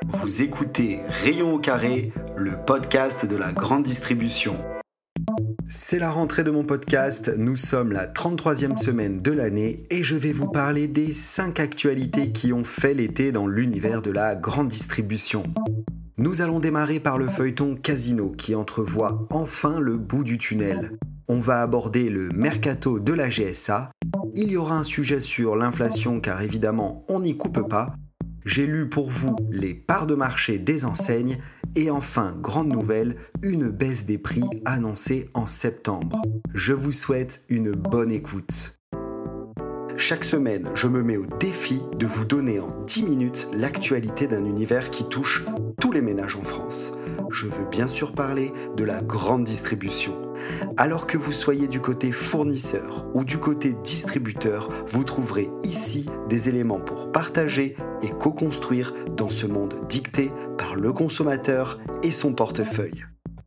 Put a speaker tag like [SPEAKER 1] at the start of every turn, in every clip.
[SPEAKER 1] Vous écoutez Rayon au carré, le podcast de la grande distribution. C'est la rentrée de mon podcast, nous sommes la 33e semaine de l'année et je vais vous parler des 5 actualités qui ont fait l'été dans l'univers de la grande distribution. Nous allons démarrer par le feuilleton Casino qui entrevoit enfin le bout du tunnel. On va aborder le mercato de la GSA. Il y aura un sujet sur l'inflation car évidemment on n'y coupe pas. J'ai lu pour vous les parts de marché des enseignes et enfin, grande nouvelle, une baisse des prix annoncée en septembre. Je vous souhaite une bonne écoute. Chaque semaine, je me mets au défi de vous donner en 10 minutes l'actualité d'un univers qui touche tous les ménages en France. Je veux bien sûr parler de la grande distribution. Alors que vous soyez du côté fournisseur ou du côté distributeur, vous trouverez ici des éléments pour partager et co-construire dans ce monde dicté par le consommateur et son portefeuille.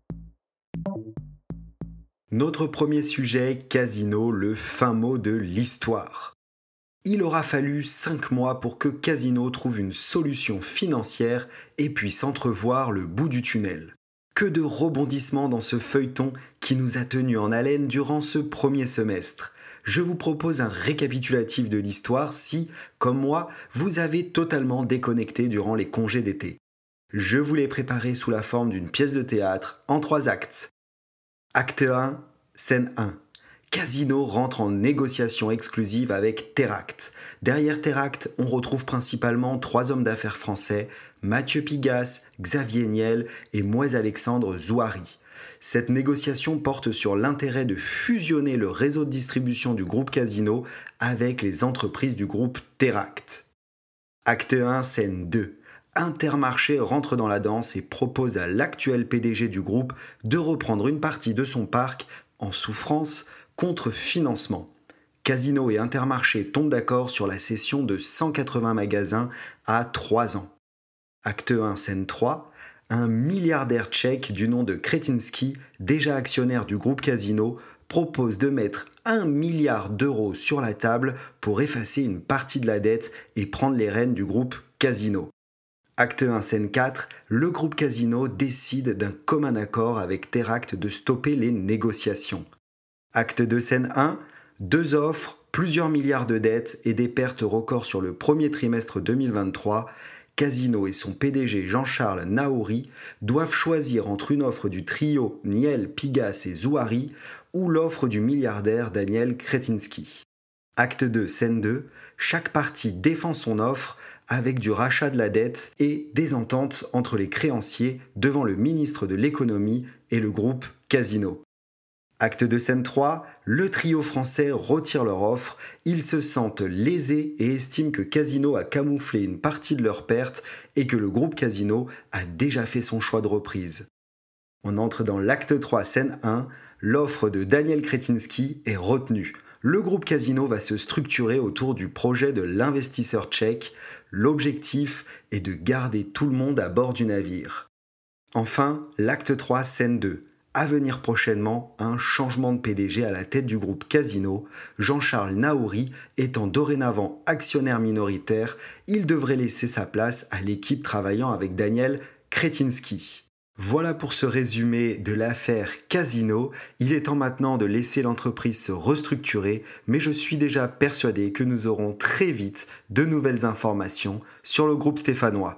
[SPEAKER 1] Notre premier sujet, Casino, le fin mot de l'histoire. Il aura fallu 5 mois pour que Casino trouve une solution financière et puisse entrevoir le bout du tunnel. Que de rebondissements dans ce feuilleton qui nous a tenus en haleine durant ce premier semestre. Je vous propose un récapitulatif de l'histoire si, comme moi, vous avez totalement déconnecté durant les congés d'été. Je vous l'ai préparé sous la forme d'une pièce de théâtre en 3 actes. Acte 1, scène 1. Casino rentre en négociation exclusive avec Teract. Derrière Teract, on retrouve principalement 3 hommes d'affaires français, Mathieu Pigasse, Xavier Niel et Moïse Alexandre Zouari. Cette négociation porte sur l'intérêt de fusionner le réseau de distribution du groupe Casino avec les entreprises du groupe Teract. Acte 1, scène 2. Intermarché rentre dans la danse et propose à l'actuel PDG du groupe de reprendre une partie de son parc en souffrance contre financement. Casino et Intermarché tombent d'accord sur la cession de 180 magasins à 3 ans. Acte 1, scène 3. Un milliardaire tchèque du nom de Kretinsky, déjà actionnaire du groupe Casino, propose de mettre 1 milliard d'euros sur la table pour effacer une partie de la dette et prendre les rênes du groupe Casino. Acte 1, scène 4, le groupe Casino décide d'un commun accord avec Teract de stopper les négociations. Acte 2, scène 1, 2 offres, plusieurs milliards de dettes et des pertes records sur le premier trimestre 2023. Casino et son PDG Jean-Charles Naouri doivent choisir entre une offre du trio Niel, Pigasse et Zouari ou l'offre du milliardaire Daniel Kretinsky. Acte 2, scène 2, chaque partie défend son offre avec du rachat de la dette et des ententes entre les créanciers devant le ministre de l'économie et le groupe Casino. Acte 2, scène 3, le trio français retire leur offre, ils se sentent lésés et estiment que Casino a camouflé une partie de leurs pertes et que le groupe Casino a déjà fait son choix de reprise. On entre dans l'acte 3, scène 1, l'offre de Daniel Kretinsky est retenue. Le groupe Casino va se structurer autour du projet de l'investisseur tchèque. L'objectif est de garder tout le monde à bord du navire. Enfin, l'acte 3, scène 2. À venir prochainement, un changement de PDG à la tête du groupe Casino. Jean-Charles Naouri étant dorénavant actionnaire minoritaire, il devrait laisser sa place à l'équipe travaillant avec Daniel Kretinsky. Voilà pour ce résumé de l'affaire Casino. Il est temps maintenant de laisser l'entreprise se restructurer, mais je suis déjà persuadé que nous aurons très vite de nouvelles informations sur le groupe stéphanois.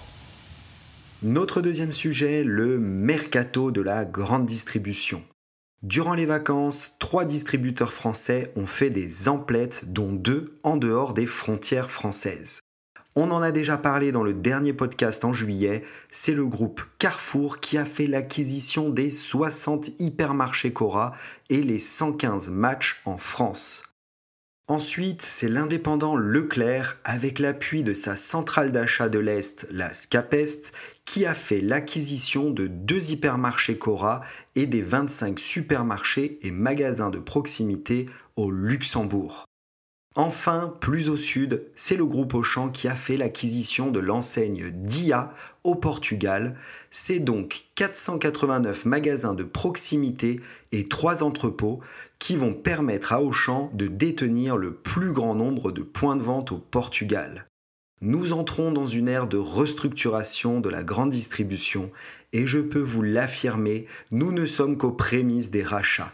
[SPEAKER 1] Notre deuxième sujet, le mercato de la grande distribution. Durant les vacances, 3 distributeurs français ont fait des emplettes, dont 2 en dehors des frontières françaises. On en a déjà parlé dans le dernier podcast en juillet, c'est le groupe Carrefour qui a fait l'acquisition des 60 hypermarchés Cora et les 115 Match en France. Ensuite, c'est l'indépendant Leclerc, avec l'appui de sa centrale d'achat de l'Est, la Scapest, qui a fait l'acquisition de 2 hypermarchés Cora et des 25 supermarchés et magasins de proximité au Luxembourg. Enfin, plus au sud, c'est le groupe Auchan qui a fait l'acquisition de l'enseigne Dia au Portugal. C'est donc 489 magasins de proximité et 3 entrepôts qui vont permettre à Auchan de détenir le plus grand nombre de points de vente au Portugal. Nous entrons dans une ère de restructuration de la grande distribution et je peux vous l'affirmer, nous ne sommes qu'aux prémices des rachats.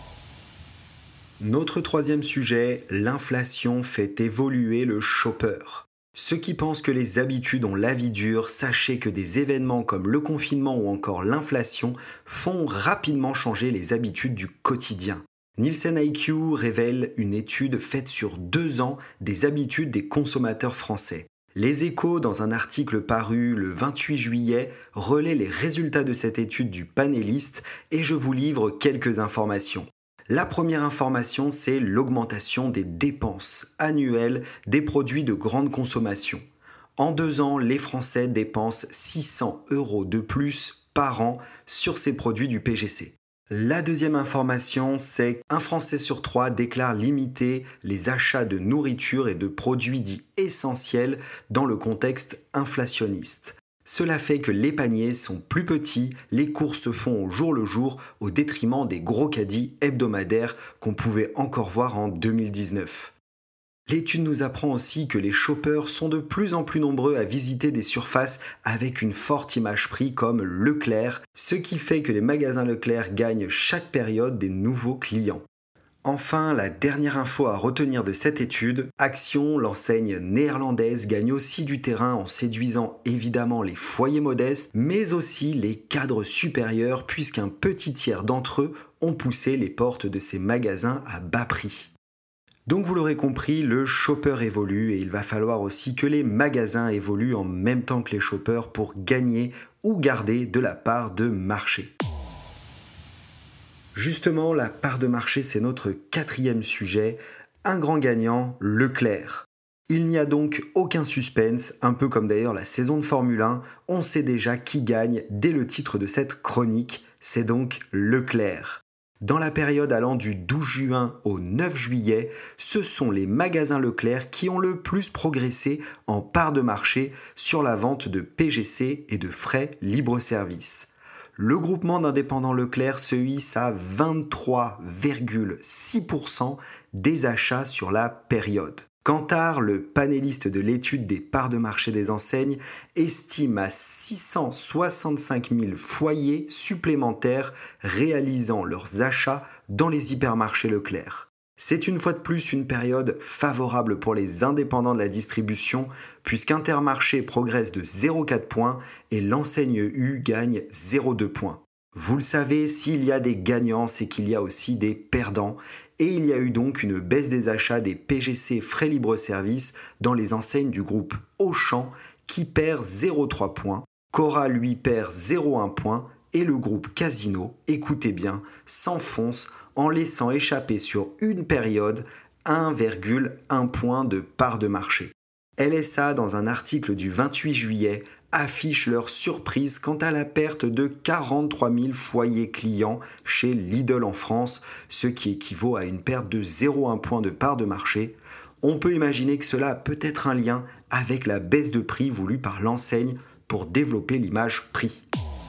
[SPEAKER 1] Notre troisième sujet, l'inflation fait évoluer le shopper. Ceux qui pensent que les habitudes ont la vie dure, sachez que des événements comme le confinement ou encore l'inflation font rapidement changer les habitudes du quotidien. Nielsen IQ révèle une étude faite sur 2 ans des habitudes des consommateurs français. Les Échos, dans un article paru le 28 juillet, relaient les résultats de cette étude du panéliste et je vous livre quelques informations. La première information, c'est l'augmentation des dépenses annuelles des produits de grande consommation. En 2 ans, les Français dépensent 600 € de plus par an sur ces produits du PGC. La deuxième information, c'est qu'un Français sur 3 déclare limiter les achats de nourriture et de produits dits essentiels dans le contexte inflationniste. Cela fait que les paniers sont plus petits, les courses se font au jour le jour au détriment des gros caddies hebdomadaires qu'on pouvait encore voir en 2019. L'étude nous apprend aussi que les shoppers sont de plus en plus nombreux à visiter des surfaces avec une forte image prix comme Leclerc, ce qui fait que les magasins Leclerc gagnent chaque période des nouveaux clients. Enfin, la dernière info à retenir de cette étude, Action, l'enseigne néerlandaise, gagne aussi du terrain en séduisant évidemment les foyers modestes, mais aussi les cadres supérieurs puisqu'un petit tiers d'entre eux ont poussé les portes de ces magasins à bas prix. Donc vous l'aurez compris, le shopper évolue et il va falloir aussi que les magasins évoluent en même temps que les shoppers pour gagner ou garder de la part de marché. Justement, la part de marché, c'est notre quatrième sujet. Un grand gagnant, Leclerc. Il n'y a donc aucun suspense, un peu comme d'ailleurs la saison de Formule 1, on sait déjà qui gagne dès le titre de cette chronique, c'est donc Leclerc. Dans la période allant du 12 juin au 9 juillet, ce sont les magasins Leclerc qui ont le plus progressé en part de marché sur la vente de PGC et de frais libre-service. Le groupement d'indépendants Leclerc se hisse à 23,6% des achats sur la période. Kantar, le panéliste de l'étude des parts de marché des enseignes, estime à 665 000 foyers supplémentaires réalisant leurs achats dans les hypermarchés Leclerc. C'est une fois de plus une période favorable pour les indépendants de la distribution puisqu'Intermarché progresse de 0,4 points et l'enseigne U gagne 0,2 points. Vous le savez, s'il y a des gagnants, c'est qu'il y a aussi des perdants. Et il y a eu donc une baisse des achats des PGC frais libre-service dans les enseignes du groupe Auchan qui perd 0,3 points, Cora lui perd 0,1 point et le groupe Casino, écoutez bien, s'enfonce en laissant échapper sur une période 1,1 point de part de marché. LSA, dans un article du 28 juillet, affiche leur surprise quant à la perte de 43 000 foyers clients chez Lidl en France, ce qui équivaut à une perte de 0,1 point de part de marché. On peut imaginer que cela a peut-être un lien avec la baisse de prix voulue par l'enseigne pour développer l'image prix.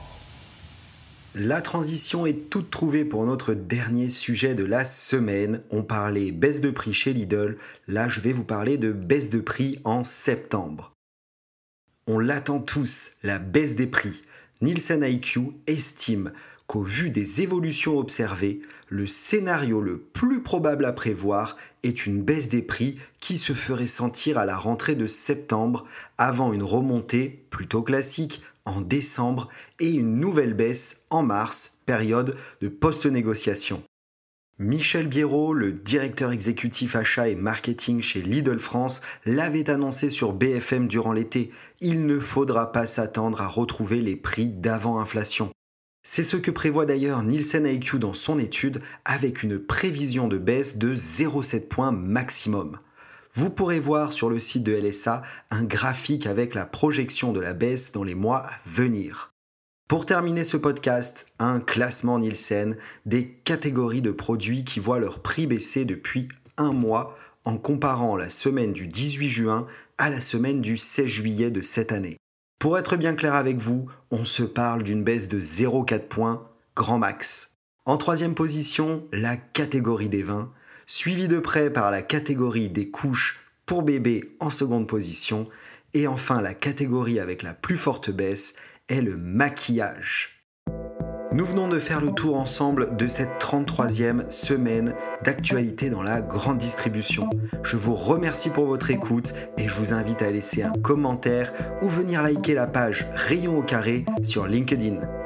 [SPEAKER 1] La transition est toute trouvée pour notre dernier sujet de la semaine. On parlait baisse de prix chez Lidl, là je vais vous parler de baisse de prix en septembre. On l'attend tous, la baisse des prix. Nielsen IQ estime qu'au vu des évolutions observées, le scénario le plus probable à prévoir est une baisse des prix qui se ferait sentir à la rentrée de septembre avant une remontée plutôt classique en décembre et une nouvelle baisse en mars, période de post-négociation. Michel Biérot, le directeur exécutif achat et marketing chez Lidl France, l'avait annoncé sur BFM durant l'été. Il ne faudra pas s'attendre à retrouver les prix d'avant-inflation. C'est ce que prévoit d'ailleurs Nielsen IQ dans son étude avec une prévision de baisse de 0,7 points maximum. Vous pourrez voir sur le site de LSA un graphique avec la projection de la baisse dans les mois à venir. Pour terminer ce podcast, un classement Nielsen des catégories de produits qui voient leur prix baisser depuis un mois en comparant la semaine du 18 juin à la semaine du 16 juillet de cette année. Pour être bien clair avec vous, on se parle d'une baisse de 0,4 points, grand max. En troisième position, la catégorie des vins, suivie de près par la catégorie des couches pour bébés en seconde position, Et enfin, la catégorie avec la plus forte baisse est le maquillage. Nous venons de faire le tour ensemble de cette 33e semaine d'actualité dans la grande distribution. Je vous remercie pour votre écoute et je vous invite à laisser un commentaire ou venir liker la page Rayon au carré sur LinkedIn.